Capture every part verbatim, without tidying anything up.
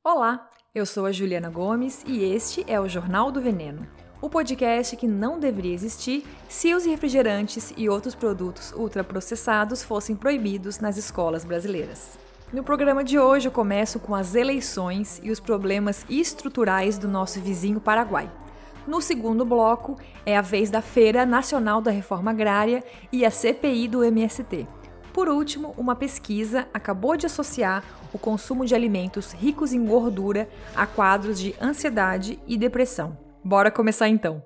Olá, eu sou a Juliana Gomes e este é o Jornal do Veneno, o podcast que não deveria existir se os refrigerantes e outros produtos ultraprocessados fossem proibidos nas escolas brasileiras. No programa de hoje eu começo com as eleições e os problemas estruturais do nosso vizinho Paraguai. No segundo bloco é a vez da Feira Nacional da Reforma Agrária e a C P I do M S T. Por último, uma pesquisa acabou de associar o consumo de alimentos ricos em gordura a quadros de ansiedade e depressão. Bora começar então!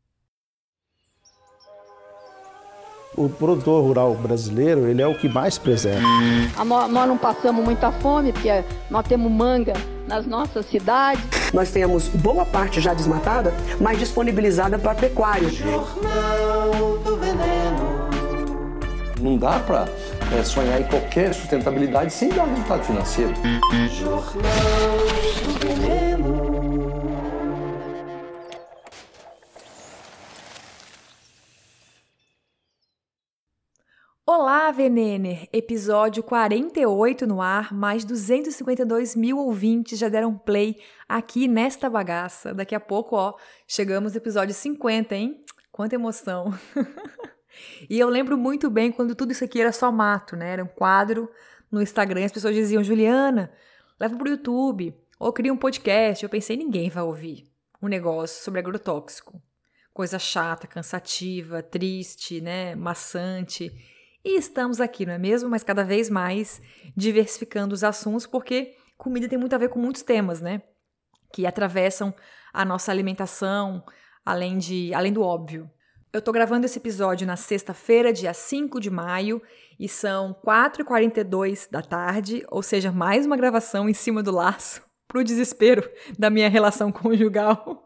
O produtor rural brasileiro, ele é o que mais preserva. Nós não passamos muita fome, porque nós temos manga nas nossas cidades. Nós temos boa parte já desmatada, mas disponibilizada para pecuário. Jornal do Veneno. Não dá para é, sonhar em qualquer sustentabilidade sem dar resultado financeiro. Jornal do Veneno. Olá, Venener! Episódio quarenta e oito no ar, mais duzentos e cinquenta e dois mil ouvintes já deram play aqui nesta bagaça. Daqui a pouco, ó, chegamos no episódio cinquenta, hein? Quanta emoção! E eu lembro muito bem quando tudo isso aqui era só mato, né? Era um quadro no Instagram, as pessoas diziam, Juliana, leva pro YouTube, ou cria um podcast. Eu pensei, ninguém vai ouvir um negócio sobre agrotóxico. Coisa chata, cansativa, triste, né? Maçante. E estamos aqui, não é mesmo? Mas cada vez mais diversificando os assuntos, porque comida tem muito a ver com muitos temas, né? Que atravessam a nossa alimentação, além, de, além do óbvio. Eu tô gravando esse episódio na sexta-feira, dia cinco de maio, e são quatro e quarenta e dois da tarde, ou seja, mais uma gravação em cima do laço, pro desespero da minha relação conjugal.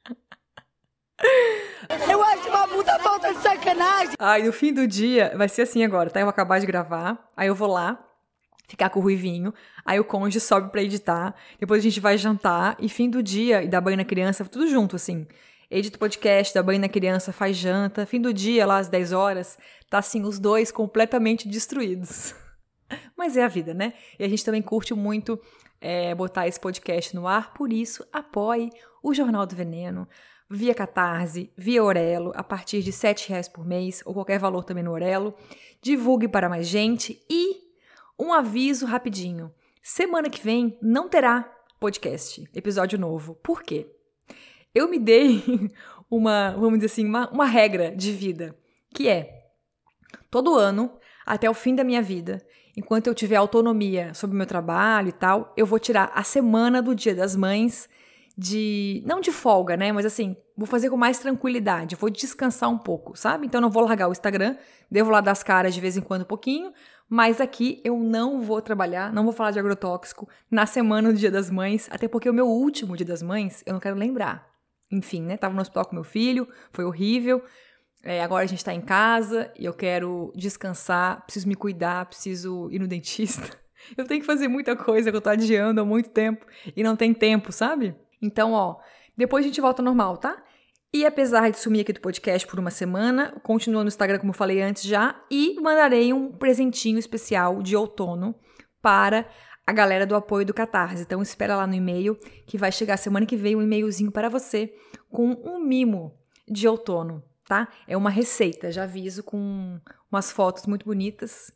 Eu acho uma puta falta de sacanagem. Ai, no fim do dia, vai ser assim agora, tá? Eu vou acabar de gravar, aí eu vou lá, ficar com o Ruivinho, aí o cônjuge sobe pra editar, depois a gente vai jantar, e fim do dia, e dá banho na criança, tudo junto, assim. Edita o podcast, dá banho na criança, faz janta, fim do dia, lá às dez horas, tá assim, os dois completamente destruídos. Mas é a vida, né? E a gente também curte muito é, botar esse podcast no ar, por isso, apoie o Jornal do Veneno, via Catarse, via Orelo, a partir de sete reais por mês, ou qualquer valor também no Orelo. Divulgue para mais gente e um aviso rapidinho. Semana que vem não terá podcast, episódio novo. Por quê? Eu me dei uma, vamos dizer assim, uma, uma regra de vida, que é, todo ano, até o fim da minha vida, enquanto eu tiver autonomia sobre o meu trabalho e tal, eu vou tirar a semana do Dia das Mães de, não de folga, né, mas assim, vou fazer com mais tranquilidade, vou descansar um pouco, sabe? Então eu não vou largar o Instagram, devo lá dar as caras de vez em quando um pouquinho, mas aqui eu não vou trabalhar, não vou falar de agrotóxico na semana do Dia das Mães, até porque o meu último Dia das Mães eu não quero lembrar. Enfim, né? Tava no hospital com meu filho, foi horrível. É, agora a gente tá em casa e eu quero descansar, preciso me cuidar, preciso ir no dentista. Eu tenho que fazer muita coisa que eu tô adiando há muito tempo e não tem tempo, sabe? Então, ó, depois a gente volta ao normal, tá? E apesar de sumir aqui do podcast por uma semana, continuo no Instagram, como eu falei antes já, e mandarei um presentinho especial de outono para a galera do apoio do Catarse. Então espera lá no e-mail que vai chegar semana que vem um e-mailzinho para você com um mimo de outono, tá? É uma receita, já aviso, com umas fotos muito bonitas.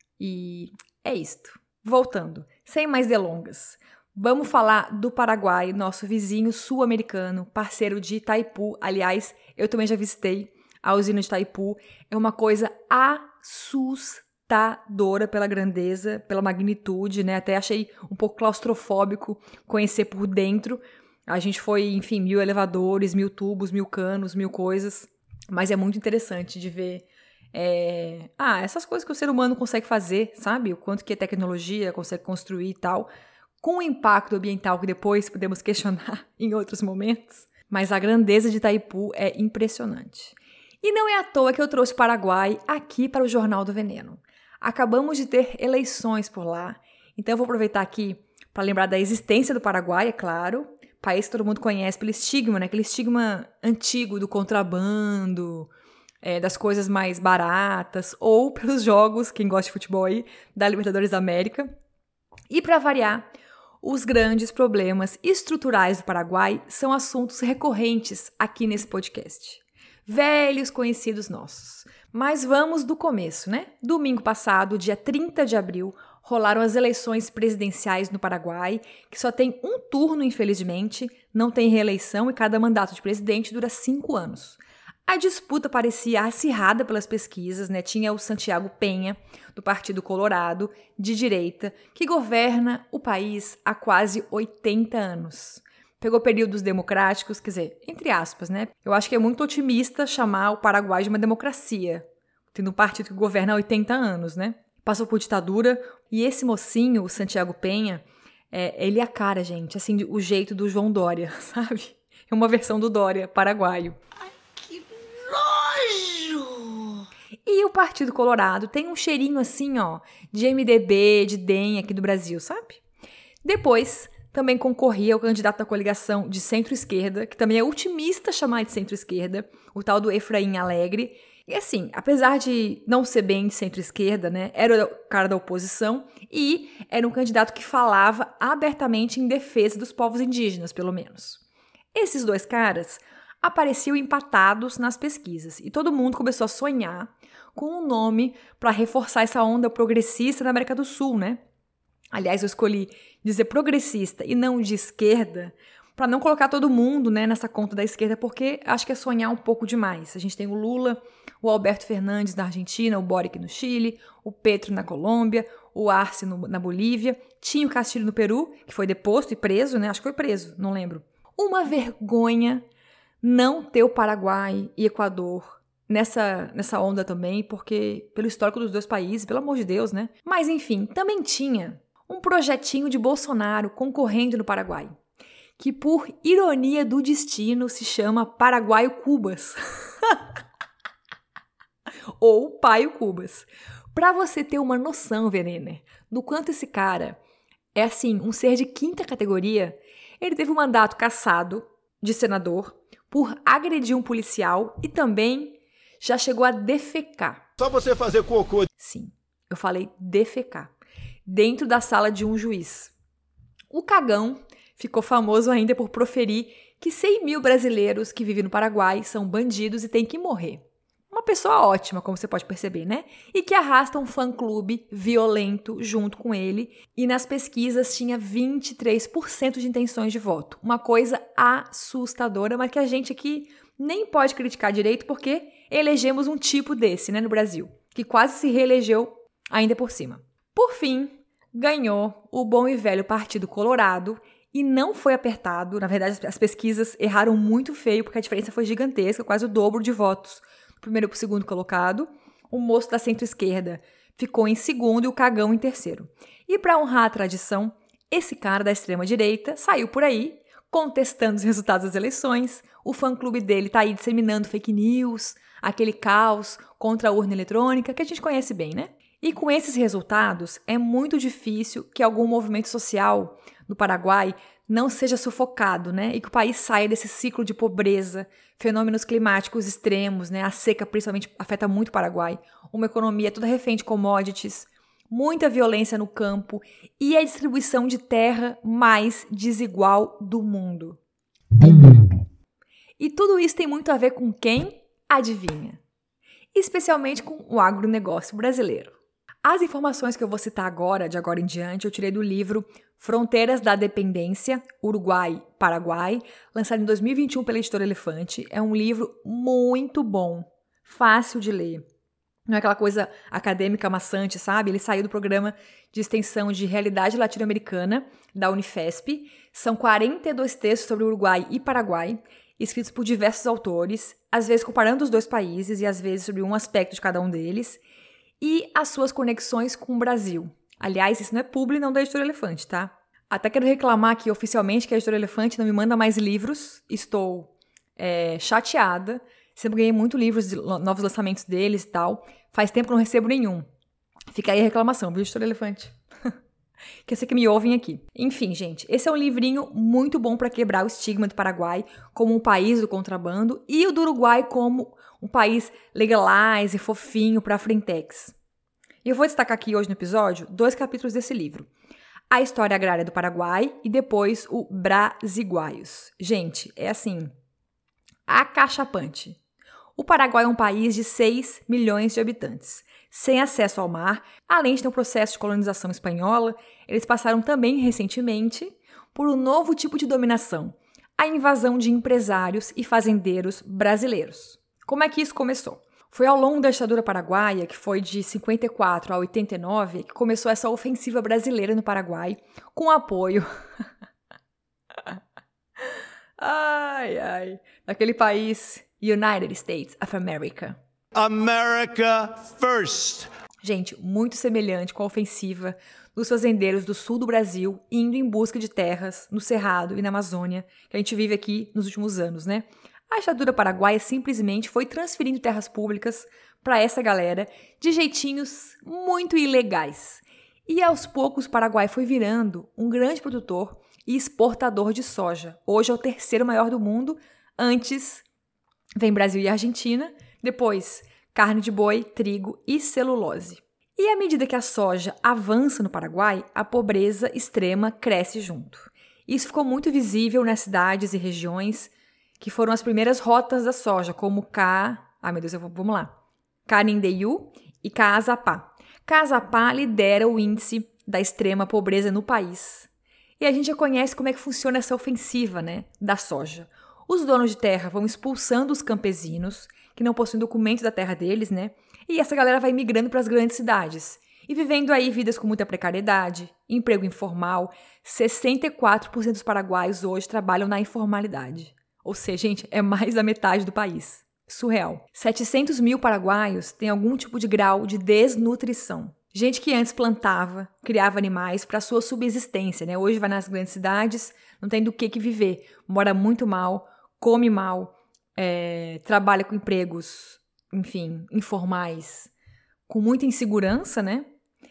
E é isto. Voltando, sem mais delongas, vamos falar do Paraguai, nosso vizinho sul-americano, parceiro de Itaipu. Aliás, eu também já visitei a usina de Itaipu. É uma coisa assustadora. Assustadora pela grandeza, pela magnitude, né? Até achei um pouco claustrofóbico conhecer por dentro. A gente foi, enfim, mil elevadores, mil tubos, mil canos, mil coisas. Mas é muito interessante de ver é... ah, essas coisas que o ser humano consegue fazer, sabe? O quanto que a tecnologia consegue construir e tal, com o impacto ambiental que depois podemos questionar em outros momentos. Mas a grandeza de Itaipu é impressionante. E não é à toa que eu trouxe o Paraguai aqui para o Jornal do Veneno. Acabamos de ter eleições por lá, então eu vou aproveitar aqui para lembrar da existência do Paraguai, é claro, país que todo mundo conhece pelo estigma, né? Aquele estigma antigo do contrabando, é, das coisas mais baratas, ou pelos jogos, quem gosta de futebol aí, da Libertadores da América. E para variar, os grandes problemas estruturais do Paraguai são assuntos recorrentes aqui nesse podcast. Velhos conhecidos nossos. Mas vamos do começo, né? Domingo passado, dia trinta de abril, rolaram as eleições presidenciais no Paraguai, que só tem um turno, infelizmente, não tem reeleição e cada mandato de presidente dura cinco anos. A disputa parecia acirrada pelas pesquisas, né? Tinha o Santiago Penha, do Partido Colorado, de direita, que governa o país há quase oitenta anos. Pegou períodos democráticos, quer dizer, entre aspas, né? Eu acho que é muito otimista chamar o Paraguai de uma democracia, tendo um partido que governa há oitenta anos, né? Passou por ditadura, e esse mocinho, o Santiago Penha, é, ele é a cara, gente, assim, o jeito do João Dória, sabe? É uma versão do Dória paraguaio. E o Partido Colorado tem um cheirinho assim, ó, de M D B, de D E M aqui do Brasil, sabe? Depois, também concorria o candidato da coligação de centro-esquerda, que também é otimista chamar de centro-esquerda, o tal do Efraim Alegre. E assim, apesar de não ser bem de centro-esquerda, né, era o cara da oposição e era um candidato que falava abertamente em defesa dos povos indígenas, pelo menos. Esses dois caras apareciam empatados nas pesquisas e todo mundo começou a sonhar com um nome para reforçar essa onda progressista na América do Sul, né? Aliás, eu escolhi dizer progressista e não de esquerda para não colocar todo mundo, né, nessa conta da esquerda, porque acho que é sonhar um pouco demais. A gente tem o Lula, o Alberto Fernandes na Argentina, o Boric no Chile, o Petro na Colômbia, o Arce no, na Bolívia, tinha o Castilho no Peru, que foi deposto e preso, né? Acho que foi preso, não lembro. Uma vergonha não ter o Paraguai e Equador nessa, nessa onda também, porque pelo histórico dos dois países, pelo amor de Deus, né? Mas enfim, também tinha um projetinho de Bolsonaro concorrendo no Paraguai, que por ironia do destino se chama Paraguaio Cubas. Ou Paio Cubas. Pra você ter uma noção, Verener, do quanto esse cara é assim, um ser de quinta categoria, ele teve um mandato cassado de senador por agredir um policial e também já chegou a defecar. Só você fazer cocô. Sim, eu falei defecar. Dentro da sala de um juiz. O cagão ficou famoso ainda por proferir que cem mil brasileiros que vivem no Paraguai são bandidos e têm que morrer. Uma pessoa ótima, como você pode perceber, né? E que arrasta um fã-clube violento junto com ele. E nas pesquisas tinha vinte e três por cento de intenções de voto. Uma coisa assustadora, mas que a gente aqui nem pode criticar direito porque elegemos um tipo desse, né, no Brasil. Que quase se reelegeu ainda por cima. Por fim, ganhou o bom e velho Partido Colorado e não foi apertado. Na verdade, as pesquisas erraram muito feio porque a diferença foi gigantesca, quase o dobro de votos. Primeiro para o segundo colocado, o moço da centro-esquerda ficou em segundo e o cagão em terceiro. E para honrar a tradição, esse cara da extrema-direita saiu por aí, contestando os resultados das eleições, o fã-clube dele tá aí disseminando fake news, aquele caos contra a urna eletrônica, que a gente conhece bem, né? E com esses resultados, é muito difícil que algum movimento social no Paraguai não seja sufocado, né? E que o país saia desse ciclo de pobreza, fenômenos climáticos extremos, né? A seca principalmente afeta muito o Paraguai, uma economia toda refém de commodities, muita violência no campo e a distribuição de terra mais desigual do mundo. Do mundo. E tudo isso tem muito a ver com quem? Adivinha? Especialmente com o agronegócio brasileiro. As informações que eu vou citar agora, de agora em diante, eu tirei do livro Fronteiras da Dependência, Uruguai-Paraguai, lançado em dois mil e vinte e um pela Editora Elefante. É um livro muito bom, fácil de ler. Não é aquela coisa acadêmica maçante, sabe? Ele saiu do programa de extensão de Realidade Latino-Americana, da Unifesp. São quarenta e dois textos sobre Uruguai e Paraguai, escritos por diversos autores, às vezes comparando os dois países e às vezes sobre um aspecto de cada um deles, e as suas conexões com o Brasil. Aliás, isso não é publi, não da Editora Elefante, tá? Até quero reclamar aqui oficialmente que a Editora Elefante não me manda mais livros. Estou é, chateada. Sempre ganhei muito livros de novos lançamentos deles e tal. Faz tempo que não recebo nenhum. Fica aí a reclamação, viu, Editora Elefante? Que eu sei que me ouvem aqui. Enfim, gente, esse é um livrinho muito bom para quebrar o estigma do Paraguai como um país do contrabando e o do Uruguai como um país legalize e fofinho para frentex. E eu vou destacar aqui hoje no episódio dois capítulos desse livro. a história agrária do Paraguai e depois o Brasiguaios. Gente, é assim, acachapante. O Paraguai é um país de seis milhões de habitantes, sem acesso ao mar, além de ter um processo de colonização espanhola, eles passaram também recentemente por um novo tipo de dominação, a invasão de empresários e fazendeiros brasileiros. Como é que isso começou? Foi ao longo da ditadura paraguaia, que foi de cinquenta e quatro a oitenta e nove, que começou essa ofensiva brasileira no Paraguai, com apoio ai, ai, daquele país United States of America. America first. Gente, muito semelhante com a ofensiva dos fazendeiros do sul do Brasil indo em busca de terras no Cerrado e na Amazônia, que a gente vive aqui nos últimos anos, né? A ditadura paraguaia simplesmente foi transferindo terras públicas para essa galera de jeitinhos muito ilegais. E aos poucos o Paraguai foi virando um grande produtor e exportador de soja. Hoje é o terceiro maior do mundo, antes vem Brasil e Argentina, depois carne de boi, trigo e celulose. E à medida que a soja avança no Paraguai, a pobreza extrema cresce junto. Isso ficou muito visível nas cidades e regiões que foram as primeiras rotas da soja, como Ca... Ah, meu Deus, eu vou... vamos lá. Canindeú e Caazapá. Caazapá lidera o índice da extrema pobreza no país. E a gente já conhece como é que funciona essa ofensiva, né, da soja. Os donos de terra vão expulsando os campesinos, que não possuem documento da terra deles, né? E essa galera vai migrando para as grandes cidades. E vivendo aí vidas com muita precariedade, emprego informal. sessenta e quatro por cento dos paraguaios hoje trabalham na informalidade. Ou seja, gente, é mais da metade do país. Surreal. setecentos mil paraguaios têm algum tipo de grau de desnutrição. Gente que antes plantava, criava animais para sua subsistência, né? Hoje vai nas grandes cidades, não tem do que, que viver. Mora muito mal, come mal, é, trabalha com empregos, enfim, informais, com muita insegurança, né?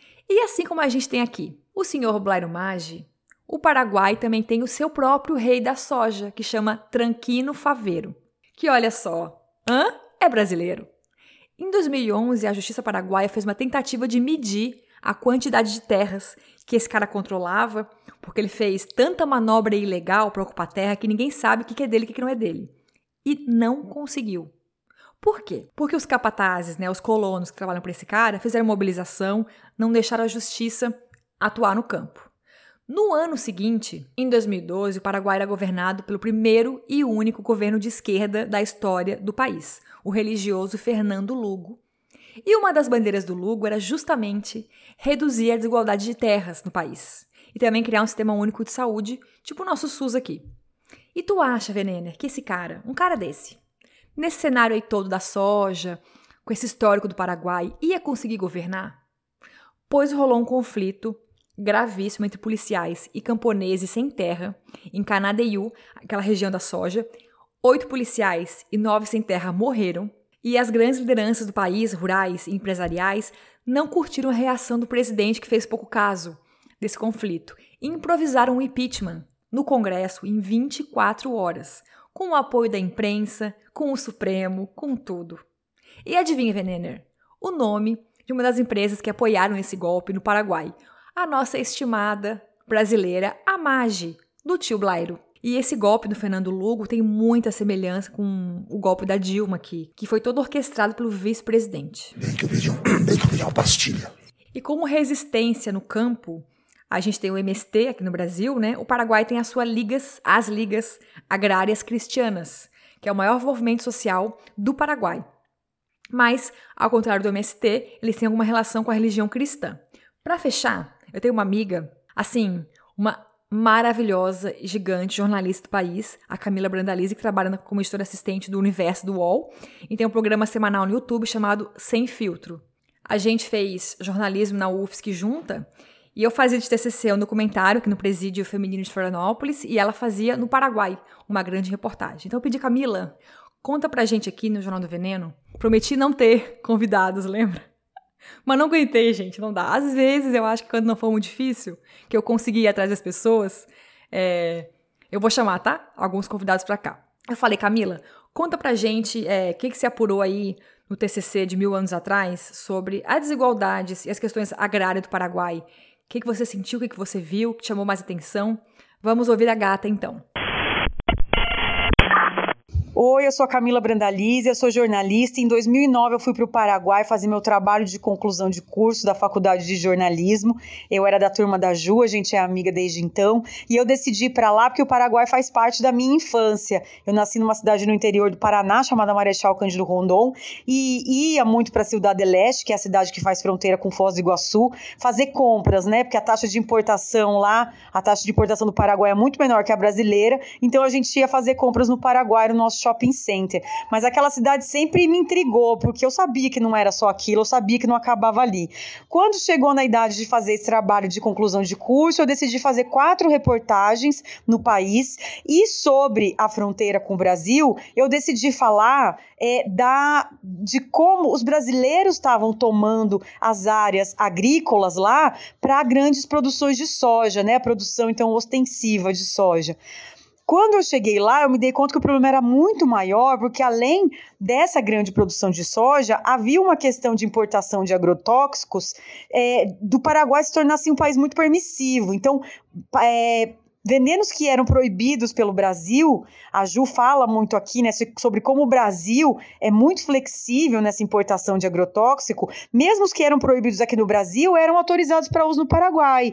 E assim como a gente tem aqui o senhor Blairo Maggi, o Paraguai também tem o seu próprio rei da soja, que chama Tranquino Faveiro, que olha só, hã? É brasileiro. Em dois mil e onze, a Justiça Paraguaia fez uma tentativa de medir a quantidade de terras que esse cara controlava, porque ele fez tanta manobra ilegal para ocupar terra que ninguém sabe o que é dele e o que não é dele. E não conseguiu. Por quê? Porque os capatazes, né, os colonos que trabalham para esse cara, fizeram mobilização, não deixaram a justiça atuar no campo. No ano seguinte, em dois mil e doze, o Paraguai era governado pelo primeiro e único governo de esquerda da história do país, o religioso Fernando Lugo. E uma das bandeiras do Lugo era justamente reduzir a desigualdade de terras no país e também criar um sistema único de saúde, tipo o nosso SUS aqui. E tu acha, Venener, que esse cara, um cara desse, nesse cenário aí todo da soja, com esse histórico do Paraguai, ia conseguir governar? Pois rolou um conflito gravíssimo entre policiais e camponeses sem terra, em Canindeú, aquela região da soja. Oito policiais e nove sem terra morreram, e as grandes lideranças do país, rurais e empresariais, não curtiram a reação do presidente, que fez pouco caso desse conflito, e improvisaram um impeachment no Congresso em vinte e quatro horas, com o apoio da imprensa, com o Supremo, com tudo. E adivinha, Venener, o nome de uma das empresas que apoiaram esse golpe no Paraguai, a nossa estimada brasileira, a Maggi, do tio Blairo. E esse golpe do Fernando Lugo tem muita semelhança com o golpe da Dilma aqui, que foi todo orquestrado pelo vice-presidente. E como resistência no campo, a gente tem o M S T aqui no Brasil, né? O Paraguai tem as suas ligas, as ligas agrárias cristianas, que é o maior movimento social do Paraguai. Mas, ao contrário do M S T, eles têm alguma relação com a religião cristã. Para fechar, eu tenho uma amiga, assim, uma maravilhosa, gigante jornalista do país, a Camila Brandalize, que trabalha como editora assistente do Universo do U O L, e tem um programa semanal no YouTube chamado Sem Filtro. A gente fez jornalismo na U F S C junta, e eu fazia de T C C um documentário aqui no Presídio Feminino de Florianópolis, e ela fazia no Paraguai uma grande reportagem. Então eu pedi, Camila, conta pra gente aqui no Jornal do Veneno. Prometi não ter convidados, lembra? Mas não aguentei, gente, não dá. Às vezes eu acho que quando não for muito difícil, que eu consegui ir atrás das pessoas, é, eu vou chamar, tá? Alguns convidados pra cá. Eu falei, Camila, conta pra gente o é, que, que se apurou aí no T C C de mil anos atrás sobre as desigualdades e as questões agrárias do Paraguai, que, que você sentiu, o que, que você viu, que chamou mais atenção? Vamos ouvir a gata, então. Oi, eu sou a Camila Brandalize, eu sou jornalista. Em dois mil e nove eu fui para o Paraguai fazer meu trabalho de conclusão de curso da Faculdade de Jornalismo. Eu era da turma da Ju, a gente é amiga desde então. E eu decidi ir para lá porque o Paraguai faz parte da minha infância. Eu nasci numa cidade no interior do Paraná, chamada Marechal Cândido Rondon, e ia muito para Ciudad del Este, que é a cidade que faz fronteira com Foz do Iguaçu, fazer compras, né? Porque a taxa de importação lá, a taxa de importação do Paraguai é muito menor que a brasileira. Então a gente ia fazer compras no Paraguai, no nosso shopping center, mas aquela cidade sempre me intrigou, porque eu sabia que não era só aquilo, eu sabia que não acabava ali. Quando chegou na idade de fazer esse trabalho de conclusão de curso, eu decidi fazer quatro reportagens no país, e sobre a fronteira com o Brasil, eu decidi falar é, da, de como os brasileiros estavam tomando as áreas agrícolas lá para grandes produções de soja, né? A produção, então, ostensiva de soja. Quando eu cheguei lá, eu me dei conta que o problema era muito maior, porque além dessa grande produção de soja, havia uma questão de importação de agrotóxicos é, do Paraguai se tornar assim, um país muito permissivo. Então, é, venenos que eram proibidos pelo Brasil, a Ju fala muito aqui, né, sobre como o Brasil é muito flexível nessa importação de agrotóxico, mesmo os que eram proibidos aqui no Brasil eram autorizados para uso no Paraguai.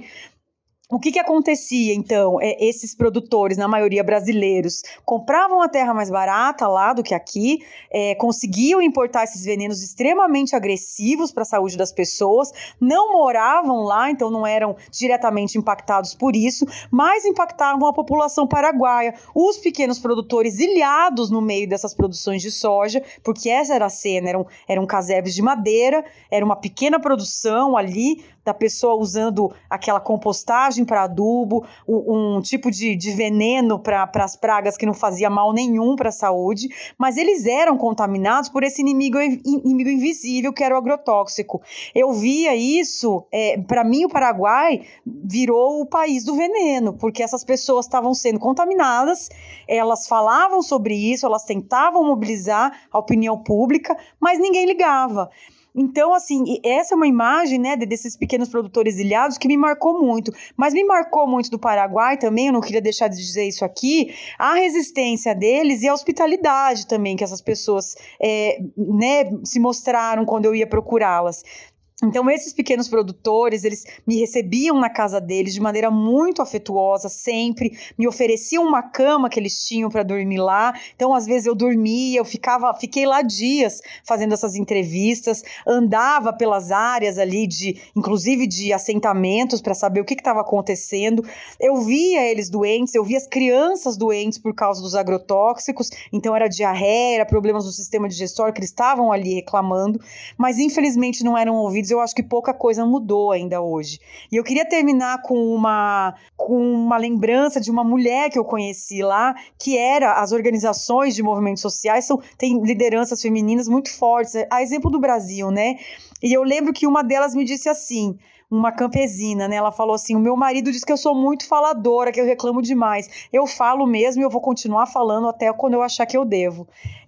O que que acontecia, então? É, esses produtores, na maioria brasileiros, compravam a terra mais barata lá do que aqui, é, conseguiam importar esses venenos extremamente agressivos para a saúde das pessoas, não moravam lá, então não eram diretamente impactados por isso, mas impactavam a população paraguaia, os pequenos produtores ilhados no meio dessas produções de soja, porque essa era a cena, eram, eram casebres de madeira, era uma pequena produção ali, da pessoa usando aquela compostagem para adubo, um, um tipo de, de veneno para as pragas que não fazia mal nenhum para a saúde, mas eles eram contaminados por esse inimigo, inimigo invisível que era o agrotóxico. Eu via isso, é, para mim o Paraguai virou o país do veneno, porque essas pessoas estavam sendo contaminadas, elas falavam sobre isso, elas tentavam mobilizar a opinião pública, mas ninguém ligava. Então, assim, essa é uma imagem, né, desses pequenos produtores ilhados que me marcou muito, mas me marcou muito do Paraguai também, eu não queria deixar de dizer isso aqui, a resistência deles e a hospitalidade também que essas pessoas, é, né, se mostraram quando eu ia procurá-las. Então, esses pequenos produtores, eles me recebiam na casa deles de maneira muito afetuosa, sempre, me ofereciam uma cama que eles tinham para dormir lá, então, às vezes eu dormia, eu ficava, fiquei lá dias fazendo essas entrevistas, andava pelas áreas ali, de, inclusive de assentamentos, para saber o que estava acontecendo, eu via eles doentes, eu via as crianças doentes por causa dos agrotóxicos, então era diarreia, era problemas no sistema digestório que eles estavam ali reclamando, mas infelizmente não eram ouvidos. Eu acho que pouca coisa mudou ainda hoje. E eu queria terminar com uma, com uma lembrança de uma mulher que eu conheci lá, que era, as organizações de movimentos sociais são, têm lideranças femininas muito fortes, a exemplo do Brasil, né? E eu lembro que uma delas me disse assim, uma campesina, né? Ela falou assim, o meu marido diz que eu sou muito faladora, que eu reclamo demais. Eu falo mesmo e eu vou continuar falando até quando eu achar que eu devo.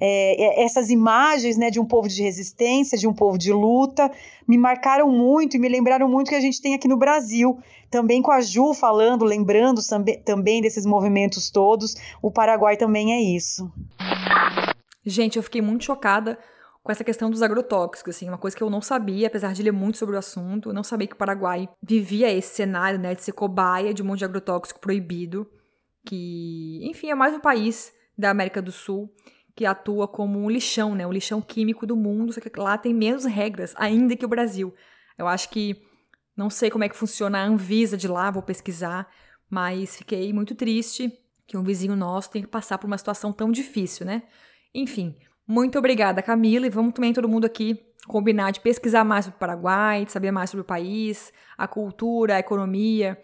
É, essas imagens, né, de um povo de resistência, de um povo de luta, me marcaram muito e me lembraram muito que a gente tem aqui no Brasil. Também com a Ju falando, lembrando também desses movimentos todos. O Paraguai também é isso. Gente, eu fiquei muito chocada com essa questão dos agrotóxicos, assim, uma coisa que eu não sabia, apesar de ler muito sobre o assunto, eu não sabia que o Paraguai vivia esse cenário, né, de ser cobaia de um monte de agrotóxico proibido, que, enfim, é mais um país da América do Sul que atua como um lixão, né, um lixão químico do mundo, só que lá tem menos regras ainda que o Brasil. Eu acho que, não sei como é que funciona a Anvisa de lá, vou pesquisar, mas fiquei muito triste que um vizinho nosso tenha que passar por uma situação tão difícil, né. Enfim, muito obrigada, Camila, e vamos também todo mundo aqui combinar de pesquisar mais sobre o Paraguai, de saber mais sobre o país, a cultura, a economia.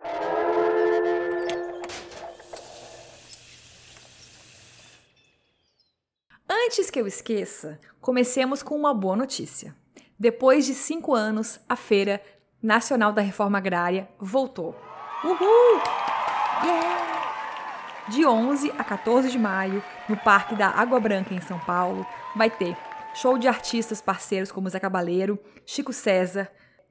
Antes que eu esqueça, comecemos com uma boa notícia. Depois de cinco anos, a Feira Nacional da Reforma Agrária voltou. Uhul! Yeah! De onze a quatorze de maio, no Parque da Água Branca, em São Paulo, vai ter show de artistas parceiros como Zé Cabaleiro, Chico César,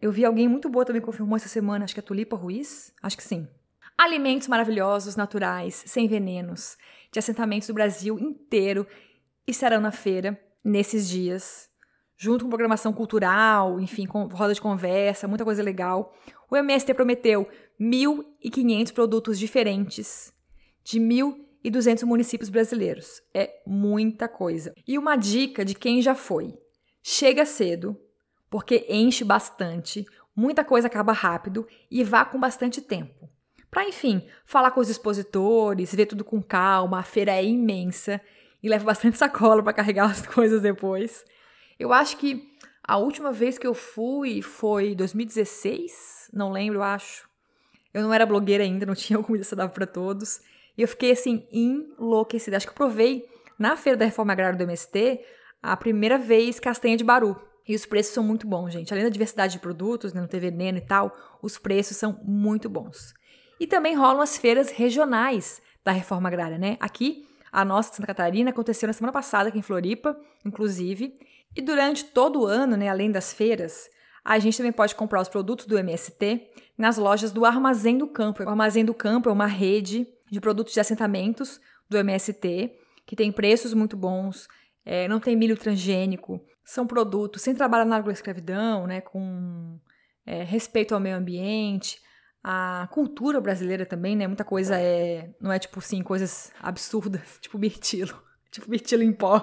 Eu vi alguém muito boa também confirmou essa semana, acho que é Tulipa Ruiz, acho que sim. Alimentos maravilhosos, naturais, sem venenos, de assentamentos do Brasil inteiro estarão na feira nesses dias, junto com programação cultural, enfim, com roda de conversa, muita coisa legal. O M S T prometeu mil e quinhentos produtos diferentes de mil e duzentos municípios brasileiros. É muita coisa. E uma dica de quem já foi: chega cedo, porque enche bastante, muita coisa acaba rápido e vá com bastante tempo. Para, enfim, falar com os expositores, ver tudo com calma, a feira é imensa e leva bastante sacola para carregar as coisas depois. Eu acho que a última vez que eu fui foi em dois mil e dezesseis, não lembro, eu acho. Eu não era blogueira ainda, não tinha comida saudável para todos. E eu fiquei, assim, enlouquecida. Acho que eu provei na Feira da Reforma Agrária do M S T a primeira vez castanha de baru. E os preços são muito bons, gente. Além da diversidade de produtos, né, não ter veneno e tal, os preços são muito bons. E também rolam as feiras regionais da Reforma Agrária, né? Aqui, a nossa de Santa Catarina aconteceu na semana passada, aqui em Floripa, inclusive. E durante todo o ano, né, além das feiras, a gente também pode comprar os produtos do M S T nas lojas do Armazém do Campo. O Armazém do Campo é uma rede de produtos de assentamentos do M S T, que tem preços muito bons, é, não tem milho transgênico, são produtos sem trabalho na agroescravidão, né, com é, respeito ao meio ambiente. A cultura brasileira também, né? Muita coisa é... Não é, tipo assim, coisas absurdas. Tipo mirtilo. Tipo mirtilo em pó.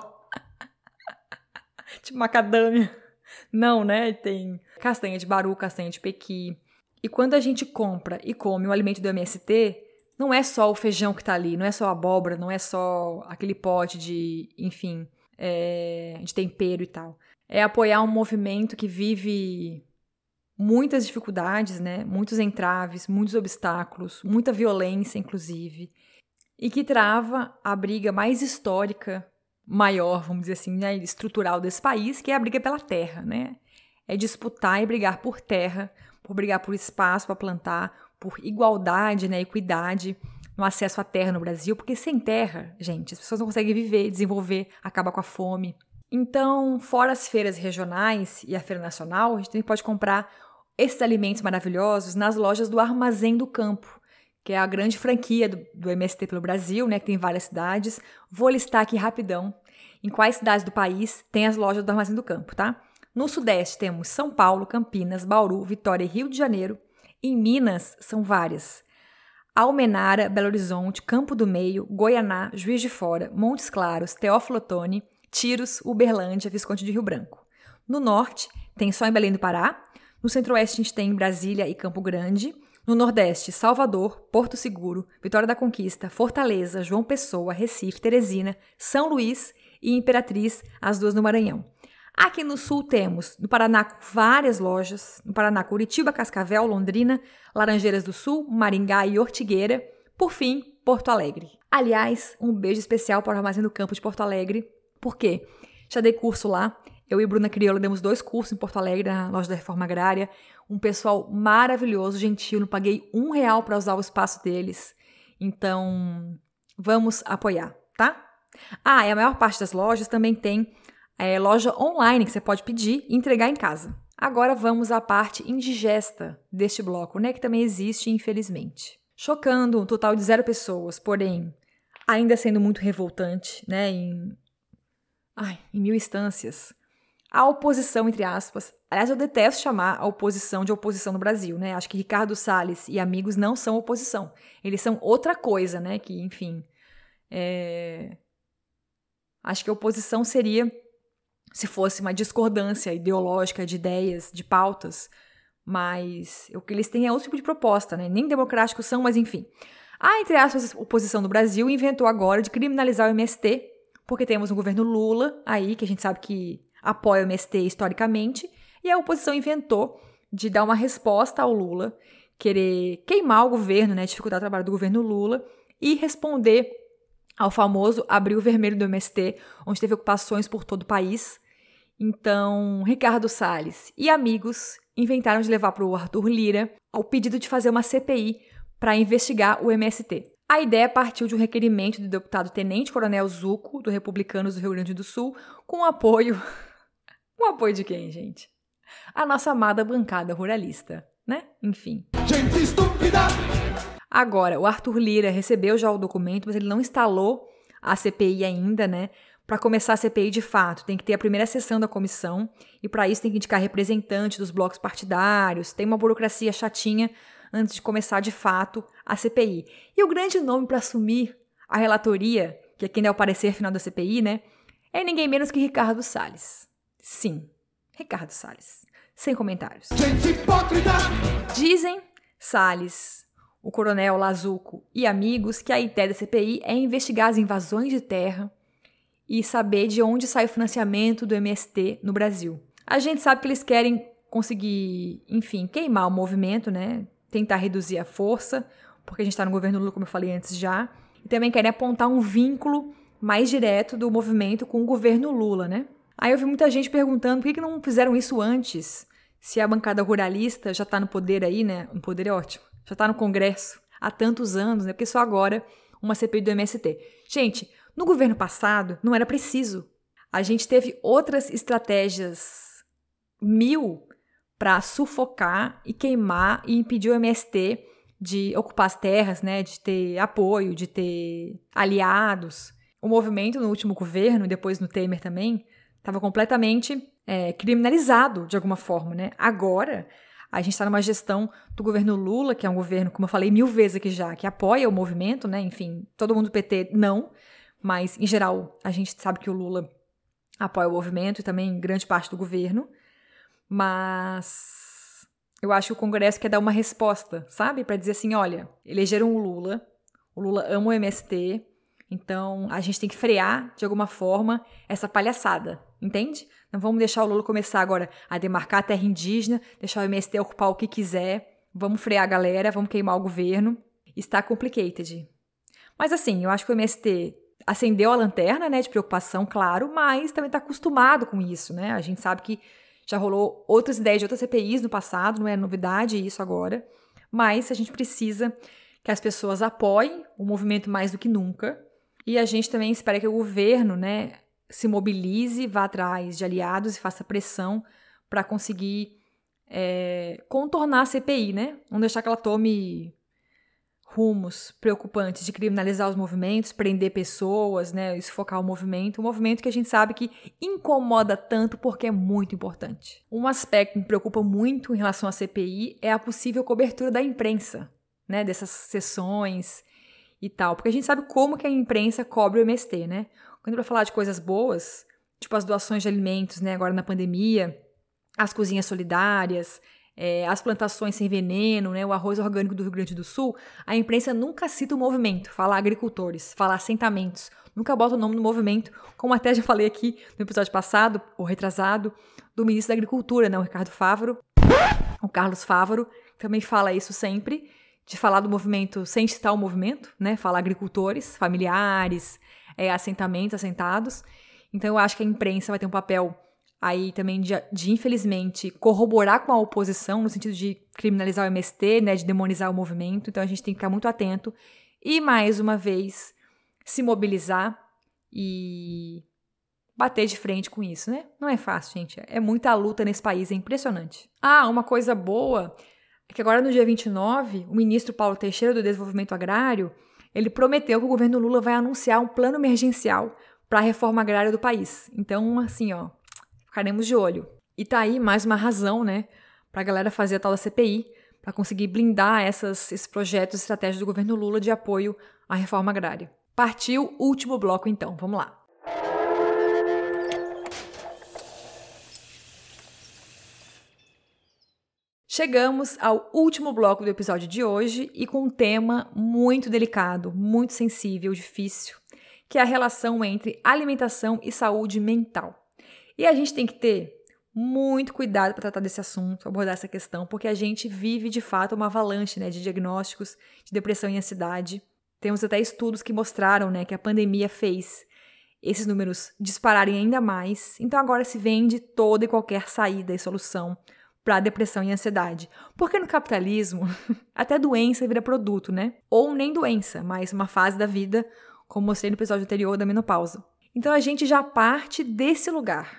Tipo macadâmia. Não, né? Tem castanha de baru, castanha de pequi. E quando a gente compra e come o alimento do M S T, não é só o feijão que tá ali. Não é só a abóbora. Não é só aquele pote de... Enfim, é, de tempero e tal. É apoiar um movimento que vive... muitas dificuldades, né? Muitos entraves, muitos obstáculos, muita violência, inclusive, e que trava a briga mais histórica, maior, vamos dizer assim, né? Estrutural desse país, que é a briga pela terra, né? É disputar e brigar por terra, por brigar por espaço para plantar, por igualdade, né? Equidade no acesso à terra no Brasil, porque sem terra, gente, as pessoas não conseguem viver, desenvolver, acaba com a fome. Então, fora as feiras regionais e a feira nacional, a gente também pode comprar esses alimentos maravilhosos nas lojas do Armazém do Campo, que é a grande franquia do, do M S T pelo Brasil, né, que tem várias cidades. Vou listar aqui rapidão em quais cidades do país tem as lojas do Armazém do Campo, tá? No Sudeste temos São Paulo, Campinas, Bauru, Vitória e Rio de Janeiro. Em Minas são várias: Almenara, Belo Horizonte, Campo do Meio, Goianá, Juiz de Fora, Montes Claros, Teófilo Otoni, Tiros, Uberlândia, Visconde de Rio Branco. No norte, tem só em Belém do Pará. No centro-oeste, a gente tem Brasília e Campo Grande. No nordeste, Salvador, Porto Seguro, Vitória da Conquista, Fortaleza, João Pessoa, Recife, Teresina, São Luís e Imperatriz, as duas no Maranhão. Aqui no sul temos, no Paraná, várias lojas. No Paraná, Curitiba, Cascavel, Londrina, Laranjeiras do Sul, Maringá e Ortigueira. Por fim, Porto Alegre. Aliás, um beijo especial para o Armazém do Campo de Porto Alegre. Por quê? Já dei curso lá. Eu e Bruna Crioula demos dois cursos em Porto Alegre, na loja da Reforma Agrária. Um pessoal maravilhoso, gentil. Não paguei um real para usar o espaço deles. Então, vamos apoiar, tá? Ah, e a maior parte das lojas também tem é, loja online que você pode pedir e entregar em casa. Agora vamos à parte indigesta deste bloco, né? Que também existe, infelizmente. Chocando um total de zero pessoas, porém, ainda sendo muito revoltante, né? Em... Ai, em mil instâncias. A oposição, entre aspas. Aliás, eu detesto chamar a oposição de oposição no Brasil, né? Acho que Ricardo Salles e amigos não são oposição. Eles são outra coisa, né? Que, enfim... É... Acho que a oposição seria se fosse uma discordância ideológica de ideias, de pautas. Mas o que eles têm é outro tipo de proposta, né? Nem democráticos são, mas enfim. A, entre aspas, oposição do Brasil inventou agora de criminalizar o M S T, porque temos um governo Lula aí, que a gente sabe que apoia o M S T historicamente, e a oposição inventou de dar uma resposta ao Lula, querer queimar o governo, né, dificultar o trabalho do governo Lula, e responder ao famoso abril vermelho do M S T, onde teve ocupações por todo o país. Então, Ricardo Salles e amigos inventaram de levar para o Arthur Lira o pedido de fazer uma C P I para investigar o M S T. A ideia partiu de um requerimento do deputado Tenente Coronel Zuco, do Republicanos do Rio Grande do Sul, com apoio... Com apoio de quem, gente? A nossa amada bancada ruralista, né? Enfim. Gente estúpida! Agora, o Arthur Lira recebeu já o documento, mas ele não instalou a C P I ainda, né? Para começar a C P I de fato, tem que ter a primeira sessão da comissão e para isso tem que indicar representantes dos blocos partidários, tem uma burocracia chatinha antes de começar de fato a C P I. E o grande nome para assumir a relatoria, que é quem dá o parecer final da C P I, né? É ninguém menos que Ricardo Salles. Sim, Ricardo Salles. Sem comentários. Gente hipócrita! Dizem Salles, o coronel Lazuco e amigos que a ideia da C P I é investigar as invasões de terra e saber de onde sai o financiamento do M S T no Brasil. A gente sabe que eles querem conseguir, enfim, queimar o movimento, né? Tentar reduzir a força, porque a gente está no governo Lula, como eu falei antes já, e também querem apontar um vínculo mais direto do movimento com o governo Lula, né? Aí eu vi muita gente perguntando por que, que não fizeram isso antes, se a bancada ruralista já está no poder aí, né? O poder é ótimo, já está no Congresso há tantos anos, né? Porque só agora uma C P I do M S T. Gente, no governo passado não era preciso. A gente teve outras estratégias mil para sufocar e queimar e impedir o M S T de ocupar as terras, né? De ter apoio, de ter aliados. O movimento no último governo, e depois no Temer também, estava completamente é, criminalizado de alguma forma, né? Agora, a gente está numa gestão do governo Lula, que é um governo, como eu falei mil vezes aqui já, que apoia o movimento, né? Enfim, todo mundo do P T não, mas, em geral, a gente sabe que o Lula apoia o movimento e também grande parte do governo, mas eu acho que o Congresso quer dar uma resposta, sabe? Para dizer assim, olha, elegeram o Lula, o Lula ama o M S T, então a gente tem que frear, de alguma forma, essa palhaçada, entende? Não vamos deixar o Lula começar agora a demarcar a terra indígena, deixar o M S T ocupar o que quiser, vamos frear a galera, vamos queimar o governo. Está complicated. Mas assim, eu acho que o M S T acendeu a lanterna, né, de preocupação, claro, mas também está acostumado com isso, né? A gente sabe que já rolou outras ideias de outras C P Is no passado, não é novidade isso agora, mas a gente precisa que as pessoas apoiem o movimento mais do que nunca e a gente também espera que o governo, né, se mobilize, vá atrás de aliados e faça pressão para conseguir é, contornar a C P I, né? Não deixar que ela tome rumos preocupantes de criminalizar os movimentos, prender pessoas, né, sufocar o movimento, um movimento que a gente sabe que incomoda tanto porque é muito importante. Um aspecto que me preocupa muito em relação à C P I é a possível cobertura da imprensa, né, dessas sessões e tal, porque a gente sabe como que a imprensa cobre o M S T, né? Quando para falar de coisas boas, tipo as doações de alimentos, né, agora na pandemia, as cozinhas solidárias, É, as plantações sem veneno, né, o arroz orgânico do Rio Grande do Sul, a imprensa nunca cita o movimento, fala agricultores, fala assentamentos, nunca bota o nome do movimento, como até já falei aqui no episódio passado, ou retrasado, do ministro da Agricultura, né, o Ricardo Fávaro, o Carlos Fávaro, também fala isso sempre, de falar do movimento sem citar o movimento, né, fala agricultores, familiares, é, assentamentos, assentados. Então eu acho que a imprensa vai ter um papel aí também de, de, infelizmente, corroborar com a oposição, no sentido de criminalizar o M S T, né, de demonizar o movimento. Então, a gente tem que ficar muito atento e, mais uma vez, se mobilizar e bater de frente com isso, né? Não é fácil, gente. É muita luta nesse país, é impressionante. Ah, uma coisa boa é que agora, no dia vinte e nove, o ministro Paulo Teixeira, do Desenvolvimento Agrário, ele prometeu que o governo Lula vai anunciar um plano emergencial para a reforma agrária do país. Então, assim, ó, ficaremos de olho. E tá aí mais uma razão, né, pra galera fazer a tal da C P I, para conseguir blindar essas, esses projetos e estratégias do governo Lula de apoio à reforma agrária. Partiu o último bloco, então. Vamos lá. Chegamos ao último bloco do episódio de hoje e com um tema muito delicado, muito sensível, difícil, que é a relação entre alimentação e saúde mental. E a gente tem que ter muito cuidado para tratar desse assunto, abordar essa questão, porque a gente vive, de fato, uma avalanche, né, de diagnósticos de depressão e ansiedade. Temos até estudos que mostraram, né, que a pandemia fez esses números dispararem ainda mais. Então agora se vende toda e qualquer saída e solução para depressão e ansiedade. Porque no capitalismo, até doença vira produto, né? Ou nem doença, mas uma fase da vida, como mostrei no episódio anterior da menopausa. Então a gente já parte desse lugar,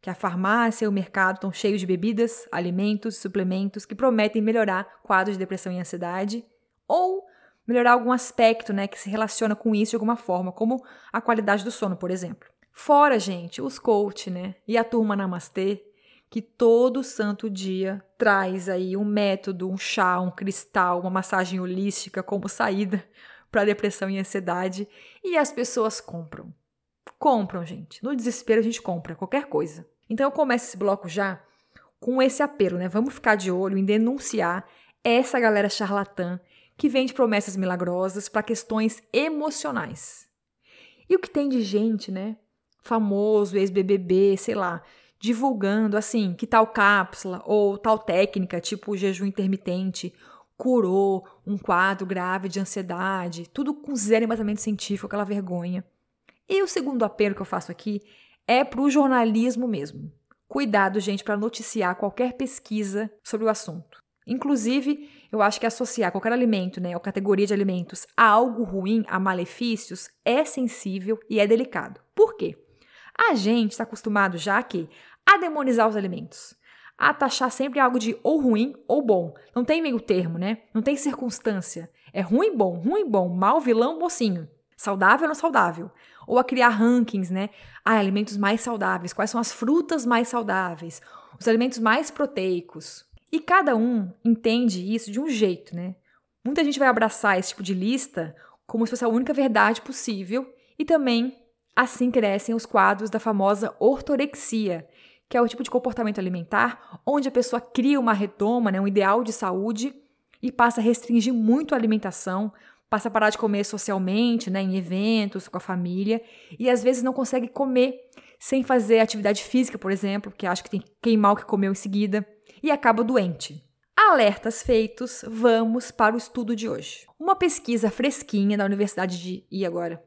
que a farmácia e o mercado estão cheios de bebidas, alimentos, suplementos que prometem melhorar quadros de depressão e ansiedade ou melhorar algum aspecto, né, que se relaciona com isso de alguma forma, como a qualidade do sono, por exemplo. Fora, gente, os coach, né, e a turma Namastê, que todo santo dia traz aí um método, um chá, um cristal, uma massagem holística como saída para depressão e ansiedade, e as pessoas compram. Compram, gente. No desespero a gente compra qualquer coisa. Então eu começo esse bloco já com esse apelo, né? Vamos ficar de olho em denunciar essa galera charlatã que vende promessas milagrosas para questões emocionais. E o que tem de gente, né? Famoso, ex-B B B, sei lá, divulgando assim que tal cápsula ou tal técnica, tipo o jejum intermitente, curou um quadro grave de ansiedade, tudo com zero embasamento científico, aquela vergonha. E o segundo apelo que eu faço aqui é para o jornalismo mesmo. Cuidado, gente, para noticiar qualquer pesquisa sobre o assunto. Inclusive, eu acho que associar qualquer alimento, né, ou categoria de alimentos a algo ruim, a malefícios, é sensível e é delicado. Por quê? A gente está acostumado já aqui a demonizar os alimentos, a taxar sempre algo de ou ruim ou bom. Não tem meio termo, né? Não tem circunstância. É ruim, bom, ruim, bom, mal, vilão, mocinho. Saudável ou não saudável. Ou a criar rankings, né? Ah, alimentos mais saudáveis. Quais são as frutas mais saudáveis? Os alimentos mais proteicos. E cada um entende isso de um jeito, né? Muita gente vai abraçar esse tipo de lista como se fosse a única verdade possível e também assim crescem os quadros da famosa ortorexia, que é o tipo de comportamento alimentar onde a pessoa cria uma retoma, né, um ideal de saúde e passa a restringir muito a alimentação, passa a parar de comer socialmente, né, em eventos, com a família, e às vezes não consegue comer sem fazer atividade física, por exemplo, porque acha que tem que queimar o que comeu em seguida, e acaba doente. Alertas feitos, vamos para o estudo de hoje. Uma pesquisa fresquinha da Universidade de... E agora?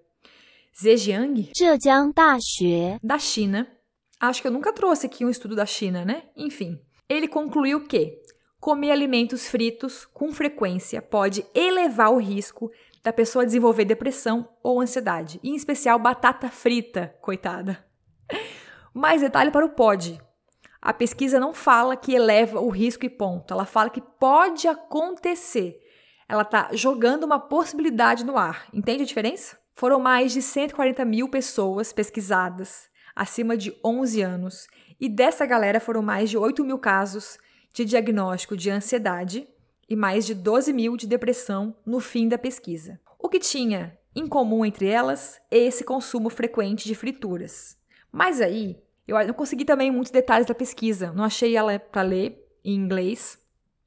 Zhejiang? Zhejiang Daxue. Da China. Acho que eu nunca trouxe aqui um estudo da China, né? Enfim, ele concluiu que comer alimentos fritos com frequência pode elevar o risco da pessoa desenvolver depressão ou ansiedade, e em especial batata frita, coitada. Mais detalhe para o pode. A pesquisa não fala que eleva o risco e ponto, ela fala que pode acontecer. Ela está jogando uma possibilidade no ar, entende a diferença? Foram mais de cento e quarenta mil pessoas pesquisadas, acima de onze anos, e dessa galera foram mais de oito mil casos de diagnóstico de ansiedade e mais de doze mil de depressão no fim da pesquisa. O que tinha em comum entre elas é esse consumo frequente de frituras. Mas aí, eu não consegui também muitos detalhes da pesquisa, não achei ela para ler em inglês,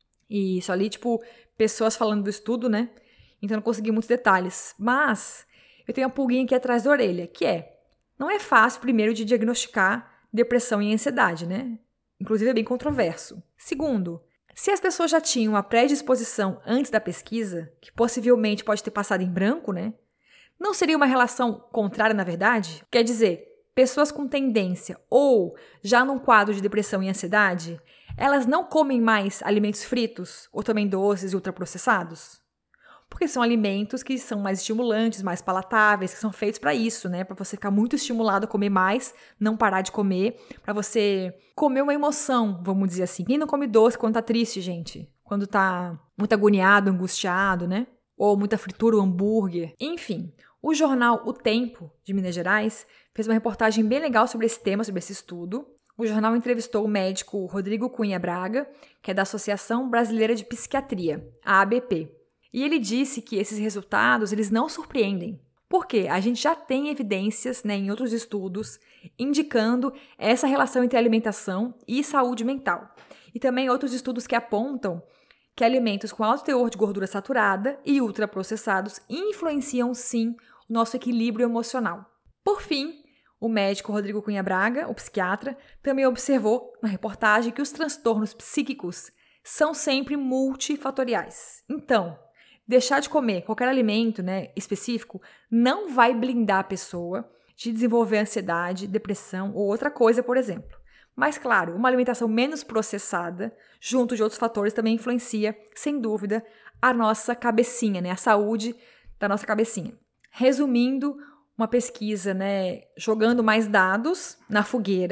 e só li, tipo, pessoas falando do estudo, né? Então não consegui muitos detalhes. Mas eu tenho uma pulguinha aqui atrás da orelha, que é, não é fácil, primeiro, de diagnosticar depressão e ansiedade, né? Inclusive é bem controverso. Segundo, se as pessoas já tinham uma predisposição antes da pesquisa, que possivelmente pode ter passado em branco, né? Não seria uma relação contrária, na verdade? Quer dizer, pessoas com tendência ou já num quadro de depressão e ansiedade, elas não comem mais alimentos fritos ou também doces e ultraprocessados? Porque são alimentos que são mais estimulantes, mais palatáveis, que são feitos para isso, né? Para você ficar muito estimulado a comer mais, não parar de comer, para você comer uma emoção, vamos dizer assim. Quem não come doce quando tá triste, gente? Quando tá muito agoniado, angustiado, né? Ou muita fritura, ou hambúrguer. Enfim, o jornal O Tempo, de Minas Gerais, fez uma reportagem bem legal sobre esse tema, sobre esse estudo. O jornal entrevistou o médico Rodrigo Cunha Braga, que é da Associação Brasileira de Psiquiatria, a A B P. E ele disse que esses resultados, eles não surpreendem. Porque a gente já tem evidências, né, em outros estudos indicando essa relação entre alimentação e saúde mental. E também outros estudos que apontam que alimentos com alto teor de gordura saturada e ultraprocessados influenciam, sim, o nosso equilíbrio emocional. Por fim, o médico Rodrigo Cunha Braga, o psiquiatra, também observou na reportagem que os transtornos psíquicos são sempre multifatoriais. Então, deixar de comer qualquer alimento, né, específico não vai blindar a pessoa de desenvolver ansiedade, depressão ou outra coisa, por exemplo. Mas, claro, uma alimentação menos processada, junto de outros fatores, também influencia, sem dúvida, a nossa cabecinha, né, a saúde da nossa cabecinha. Resumindo, uma pesquisa, né, jogando mais dados na fogueira,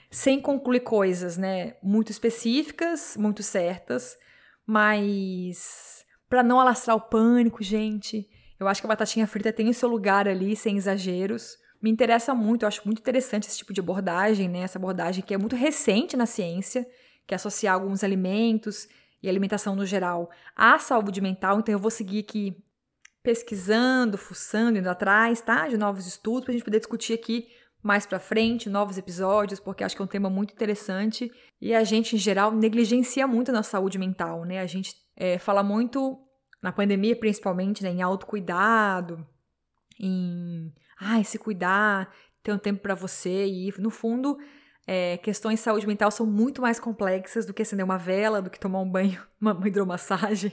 sem concluir coisas, né, muito específicas, muito certas, mas para não alastrar o pânico, gente, eu acho que a batatinha frita tem o seu lugar ali, sem exageros. Me interessa muito, eu acho muito interessante esse tipo de abordagem, né, essa abordagem que é muito recente na ciência, que é associar alguns alimentos e alimentação no geral à saúde mental, então eu vou seguir aqui pesquisando, fuçando, indo atrás, tá, de novos estudos, pra gente poder discutir aqui mais pra frente, novos episódios, porque acho que é um tema muito interessante e a gente, em geral, negligencia muito a nossa saúde mental, né? A gente é, fala muito, na pandemia principalmente, né, em autocuidado, em ai, se cuidar, ter um tempo pra você e, no fundo, é, questões de saúde mental são muito mais complexas do que acender uma vela, do que tomar um banho, uma hidromassagem.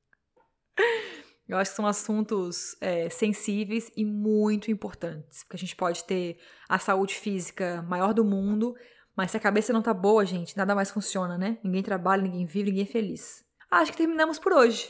Eu acho que são assuntos é, sensíveis e muito importantes, porque a gente pode ter a saúde física maior do mundo, mas se a cabeça não tá boa, gente, nada mais funciona, né? Ninguém trabalha, ninguém vive, ninguém é feliz. Acho que terminamos por hoje.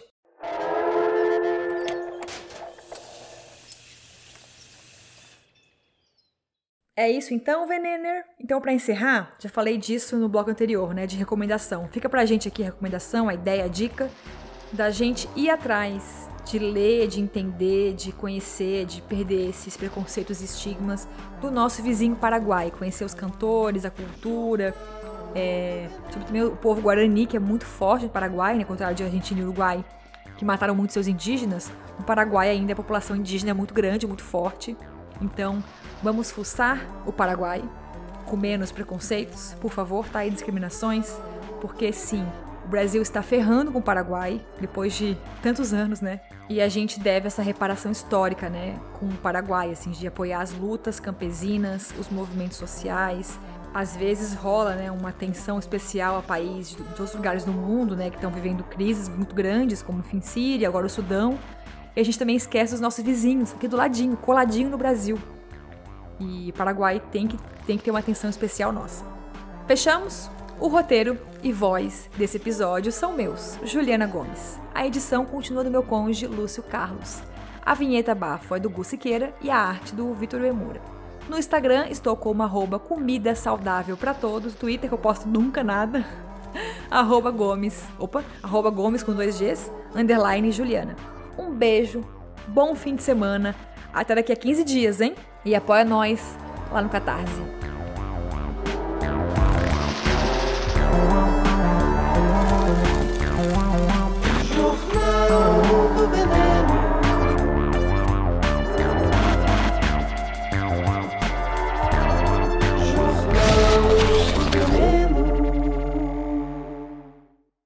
É isso então, Venener? Então, para encerrar, já falei disso no bloco anterior, né, de recomendação. Fica pra gente aqui a recomendação, a ideia, a dica da gente ir atrás de ler, de entender, de conhecer, de perder esses preconceitos e estigmas do nosso vizinho Paraguai, conhecer os cantores, a cultura, é, sobre também o povo guarani, que é muito forte no Paraguai, né, contrário de Argentina e Uruguai, que mataram muito seus indígenas. No Paraguai ainda a população indígena é muito grande, muito forte. Então, vamos fuçar o Paraguai com menos preconceitos, por favor, tá aí discriminações, porque sim, o Brasil está ferrando com o Paraguai, depois de tantos anos, né? E a gente deve essa reparação histórica, né? Com o Paraguai, assim, de apoiar as lutas campesinas, os movimentos sociais. Às vezes rola, né, uma atenção especial a países de outros lugares do mundo, né? Que estão vivendo crises muito grandes, como enfim, Síria, agora o Sudão. E a gente também esquece os nossos vizinhos, aqui do ladinho, coladinho no Brasil. E o Paraguai tem que, tem que ter uma atenção especial nossa. Fechamos? O roteiro e voz desse episódio são meus, Juliana Gomes. A edição continua do meu cônjuge, Lúcio Carlos. A vinheta bafo é do Gu Siqueira e a arte do Vitor Uemura. No Instagram estou como arroba comida saudável pra todos. Twitter que eu posto nunca nada. arroba Gomes, opa, arroba Gomes com dois Gs, underline Juliana. Um beijo, bom fim de semana, até daqui a quinze dias, hein? E apoia nós lá no Catarse.